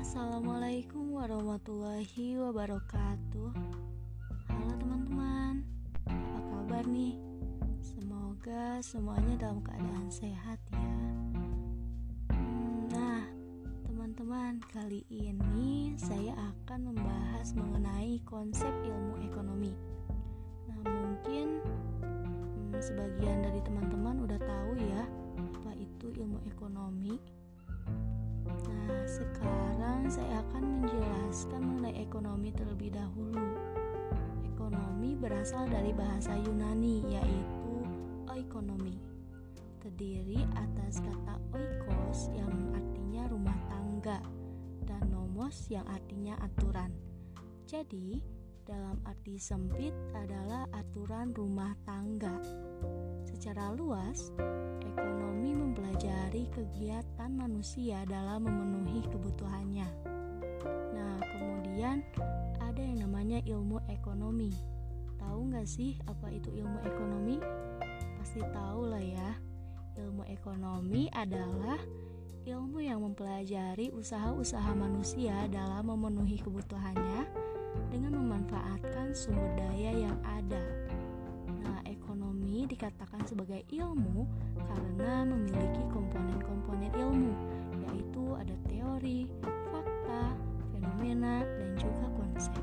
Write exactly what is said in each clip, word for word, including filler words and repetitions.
Assalamualaikum warahmatullahi wabarakatuh. Halo teman-teman, apa kabar nih? Semoga semuanya dalam keadaan sehat ya. Hmm, Nah, teman-teman, kali ini saya akan membahas mengenai konsep ilmu ekonomi. Nah, mungkin hmm, sebagian dari teman-teman udah tahu ya apa itu ilmu ekonomi. Nah, sekarang saya akan menjelaskan mengenai ekonomi terlebih dahulu. Ekonomi berasal dari bahasa Yunani, yaitu oikonomi. Terdiri atas kata oikos yang artinya rumah tangga dan nomos yang artinya aturan. Jadi, dalam arti sempit adalah aturan rumah tangga. Secara luas, ekonomi mempelajari kegiatan manusia dalam memenuhi kebutuhannya. Nah, kemudian ada yang namanya ilmu ekonomi. Tahu nggak sih apa itu ilmu ekonomi? Pasti tahu lah ya. Ilmu ekonomi adalah ilmu yang mempelajari usaha-usaha manusia dalam memenuhi kebutuhannya dengan memanfaatkan sumber daya yang ada. Nah, ekonomi dikatakan sebagai ilmu karena memiliki komponen-komponen ilmu, yaitu ada teori, fakta, fenomena, dan juga konsep.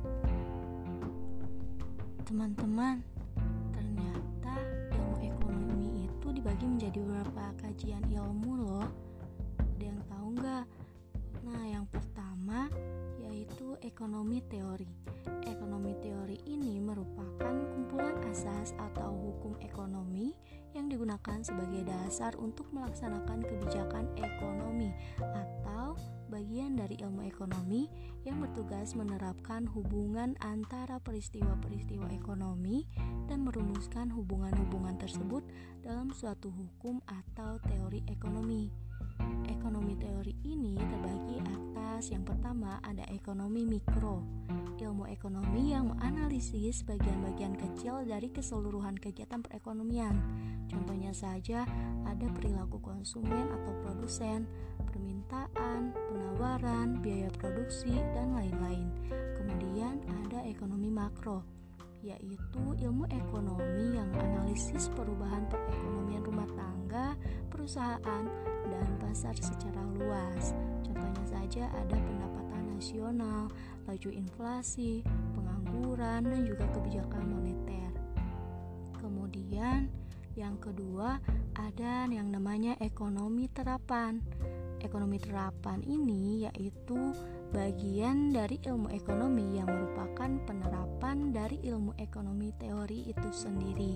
Teman-teman, ternyata ilmu ekonomi itu dibagi menjadi beberapa kajian ilmu loh. Ada yang tahu nggak? Nah, yang pertama yaitu ekonomi teori. Ekonomi teori ini merupakan kumpulan asas atau hukum ekonomi yang digunakan sebagai dasar untuk melaksanakan kebijakan ekonomi atau bagian dari ilmu ekonomi yang bertugas menerapkan hubungan antara peristiwa-peristiwa ekonomi dan merumuskan hubungan-hubungan tersebut dalam suatu hukum atau teori ekonomi. Ekonomi teori ini terbagi atas yang pertama ada ekonomi mikro, ilmu ekonomi yang menganalisis bagian-bagian kecil dari keseluruhan kegiatan perekonomian. Contohnya saja ada perilaku konsumen atau produsen, permintaan, penawaran, biaya produksi, dan lain-lain. Kemudian ada ekonomi makro, yaitu ilmu ekonomi yang menganalisis perubahan perekonomian rumah tangga, perusahaan, dan pasar secara luas. Contohnya saja ada pendapatan nasional, laju inflasi, pengangguran, dan juga kebijakan moneter. Kemudian yang kedua ada yang namanya ekonomi terapan. Ekonomi terapan ini yaitu bagian dari ilmu ekonomi yang merupakan penerapan dari ilmu ekonomi teori itu sendiri.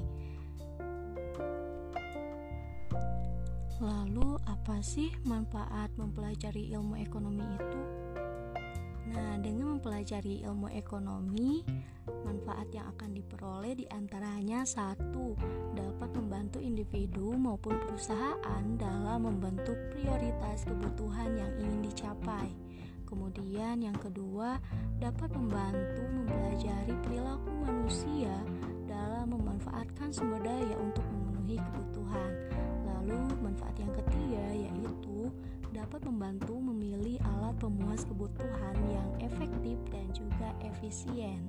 Lalu apa sih manfaat mempelajari ilmu ekonomi itu? Nah, dengan mempelajari ilmu ekonomi, manfaat yang akan diperoleh diantaranya satu, dapat membantu individu maupun perusahaan dalam membentuk prioritas kebutuhan yang ingin dicapai. Kemudian yang kedua, dapat membantu mempelajari perilaku manusia dalam memanfaatkan sumber daya untuk memenuhi kebutuhan. Lalu manfaat yang ketiga yaitu dapat membantu memilih alat pemuas kebutuhan yang efektif dan juga efisien.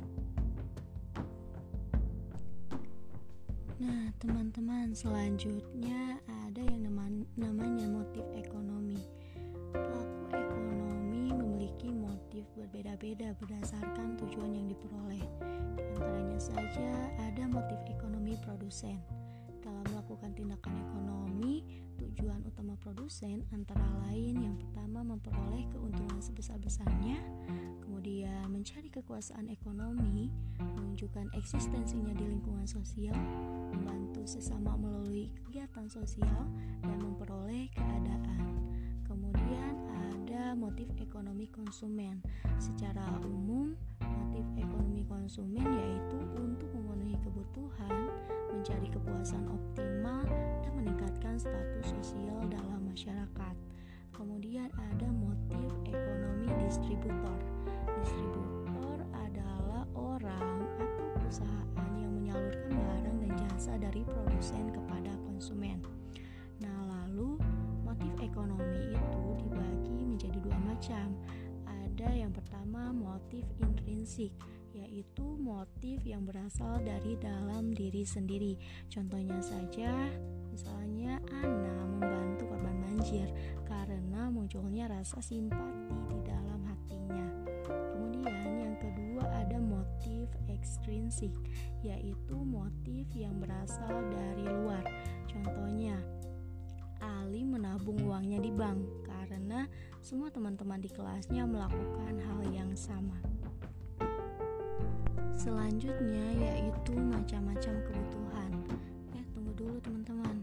Nah, teman-teman, selanjutnya ada yang namanya motif ekonomi. Pelaku ekonomi memiliki motif berbeda-beda berdasarkan tujuan yang diperoleh. Di antaranya saja ada motif ekonomi produsen. Dalam melakukan tindakan ekonomi, tujuan utama produsen antara lain yang pertama memperoleh keuntungan sebesar-besarnya, kemudian mencari kekuasaan ekonomi, menunjukkan eksistensinya di lingkungan sosial, membantu sesama melalui kegiatan sosial, dan memperoleh keadaan. Kemudian ada motif ekonomi konsumen. Secara umum, motif ekonomi konsumen yaitu untuk memenuhi kebutuhan, mencari kepuasan optimal, dan meningkatkan status sosial dalam masyarakat. Kemudian ada motif ekonomi distributor. Distributor adalah orang atau perusahaan yang menyalurkan barang dan jasa dari produsen kepada konsumen. Nah, lalu motif ekonomi itu dibagi menjadi dua macam. Ada yang pertama motif intrinsik, yaitu motif yang berasal dari dalam diri sendiri. Contohnya saja, misalnya Ana membantu korban banjir karena munculnya rasa simpati di dalam hatinya. Kemudian yang kedua ada motif ekstrinsik, yaitu motif yang berasal dari luar. Contohnya, Ali menabung uangnya di bank karena semua teman-teman di kelasnya melakukan hal yang sama. Selanjutnya yaitu macam-macam kebutuhan. Eh tunggu dulu teman-teman.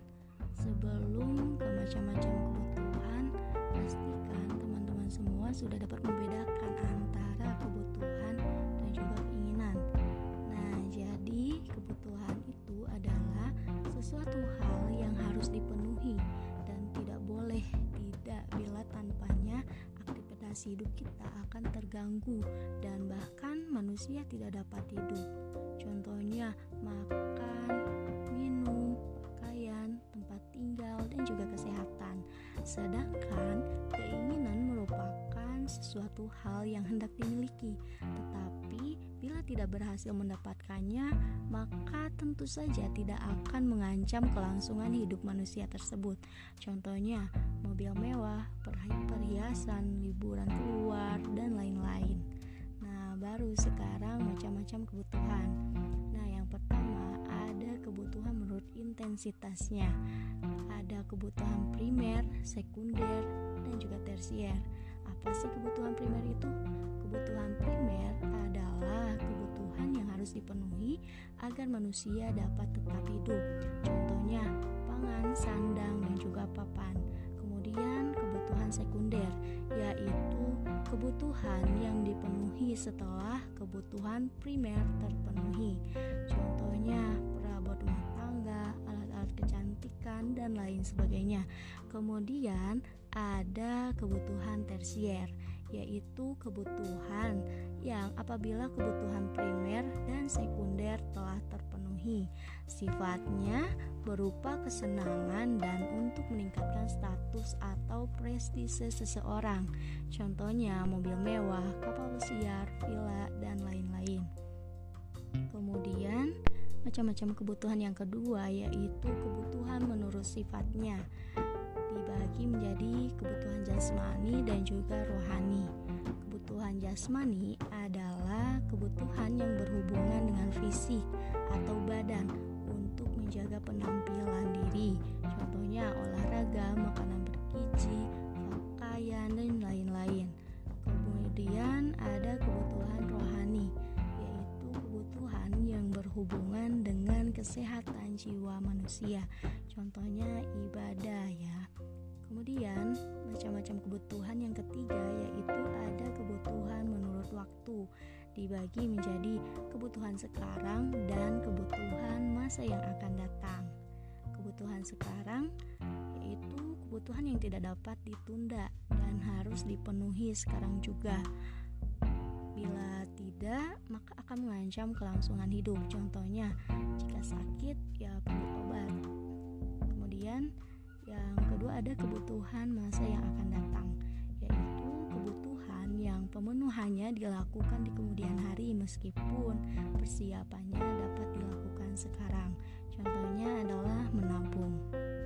Sebelum ke macam-macam kebutuhan, pastikan teman-teman semua sudah dapat membedakan antara kebutuhan dan juga keinginan. Nah, jadi kebutuhan itu adalah sesuatu hal yang harus dipenuhi dan tidak boleh tidak, bila tanpanya aktivitas hidup kita akan terganggu dan bahkan manusia tidak dapat hidup. Contohnya makan, minum, pakaian, tempat tinggal, dan juga kesehatan. Sedangkan keinginan merupakan sesuatu hal yang hendak dimiliki, tetapi bila tidak berhasil mendapatkannya, maka tentu saja tidak akan mengancam kelangsungan hidup manusia tersebut. Contohnya mobil mewah, perhiasan, liburan keluar, dan lain-lain. Nah, baru sekarang macam-macam kebutuhan. Nah, yang pertama ada kebutuhan menurut intensitasnya. Ada kebutuhan primer, sekunder, dan juga tersier. Apa sih kebutuhan primer itu? Kebutuhan primer adalah kebutuhan yang harus dipenuhi agar manusia dapat tetap hidup. Contohnya pangan, sandang, dan juga papan. Kemudian kebutuhan sekunder, yaitu kebutuhan yang dipenuhi setelah kebutuhan primer terpenuhi. Contohnya perabot rumah tangga, alat-alat kecantikan, dan lain sebagainya. Kemudian ada kebutuhan tersier, yaitu kebutuhan yang apabila kebutuhan primer dan sekunder telah terpenuhi, sifatnya berupa kesenangan dan untuk meningkatkan status atau prestise seseorang. Contohnya mobil mewah, kapal pesiar, villa, dan lain-lain. Kemudian macam-macam kebutuhan yang kedua yaitu kebutuhan menurut sifatnya, dibagi menjadi kebutuhan jasmani dan juga rohani. Kebutuhan jasmani adalah kebutuhan yang berhubungan dengan fisik atau badan untuk menjaga penampilan diri. Contohnya olahraga, makanan bergizi, pakaian, dan lain-lain. Kemudian ada kebutuhan rohani, yaitu kebutuhan yang berhubungan dengan kesehatan jiwa manusia. Contohnya ibadah ya. Kemudian macam-macam kebutuhan yang ketiga yaitu ada kebutuhan menurut waktu, dibagi menjadi kebutuhan sekarang dan kebutuhan masa yang akan datang. Kebutuhan sekarang yaitu kebutuhan yang tidak dapat ditunda dan harus dipenuhi sekarang juga. Bila tidak, maka akan mengancam kelangsungan hidup. Contohnya, jika sakit ya perlu obat. Kemudian yang kedua ada kebutuhan masa yang akan datang, yaitu kebutuhan yang pemenuhannya dilakukan di kemudian hari meskipun persiapannya dapat dilakukan sekarang. Contohnya adalah menabung.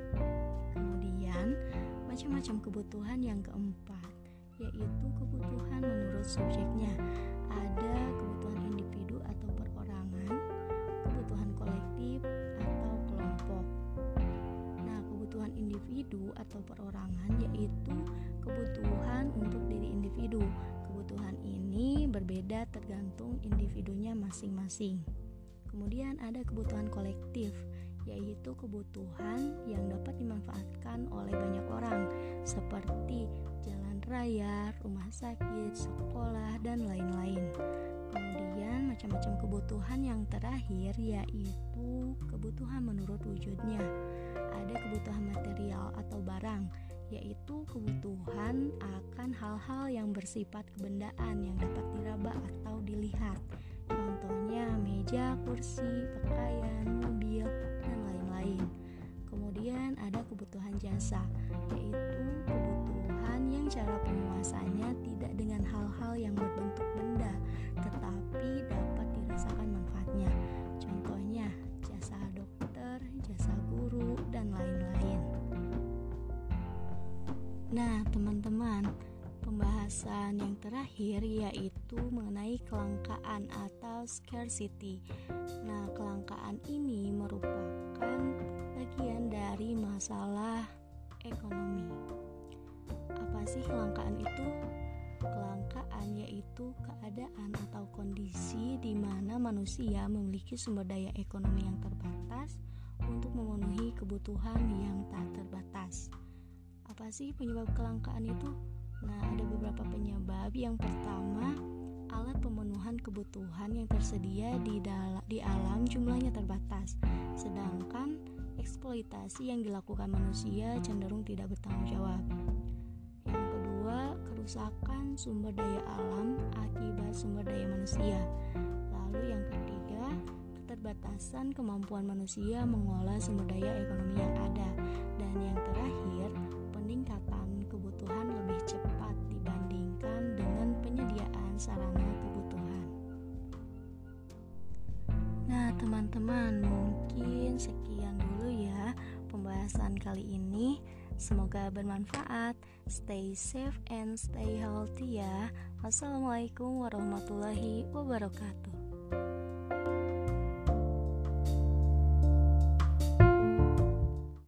Kemudian macam-macam kebutuhan yang keempat, yaitu kebutuhan menurut subjeknya. Ada kebutuhan individu atau perorangan, kebutuhan kolektif atau kelompok. Nah, kebutuhan individu atau perorangan yaitu kebutuhan untuk diri individu. Kebutuhan ini berbeda tergantung individunya masing-masing. Kemudian ada kebutuhan kolektif, yaitu kebutuhan yang dapat dimanfaatkan oleh banyak orang seperti jalan raya, rumah sakit, sekolah, dan lain-lain. Kemudian macam-macam kebutuhan yang terakhir yaitu kebutuhan menurut wujudnya. Ada kebutuhan material atau barang, yaitu kebutuhan akan hal-hal yang bersifat kebendaan yang dapat diraba atau dilihat. Contohnya meja, kursi, pakaian, mobil, dan lain-lain. Kemudian ada kebutuhan jasa, yaitu kebutuhan yang cara penguasanya tidak dengan hal-hal yang berbentuk benda, tetapi dapat dirasakan manfaatnya. Contohnya, jasa dokter, jasa guru, dan lain-lain. Nah, teman-teman, pembahasan yang terakhir yaitu mengenai kelangkaan atau scarcity. Nah, kelangkaan ini merupakan bagian dari masalah ekonomi. Apa sih kelangkaan itu? Kelangkaan yaitu keadaan atau kondisi di mana manusia memiliki sumber daya ekonomi yang terbatas untuk memenuhi kebutuhan yang tak terbatas. Apa sih penyebab kelangkaan itu? Nah, ada beberapa penyebab. Yang pertama, alat pemenuhan kebutuhan yang tersedia di, dal- di alam jumlahnya terbatas, sedangkan eksploitasi yang dilakukan manusia cenderung tidak bertanggung jawab. Yang kedua, kerusakan sumber daya alam akibat sumber daya manusia. Lalu yang ketiga, keterbatasan kemampuan manusia mengolah sumber daya ekonomi yang ada. Dan yang terakhir, peningkatan kebutuhan lebih cepat dibandingkan dengan penyediaan sarana kebutuhan. Nah, teman-teman, mungkin sekian dulu ya pembahasan kali ini. Semoga bermanfaat. Stay safe and stay healthy ya. Wassalamualaikum warahmatullahi wabarakatuh.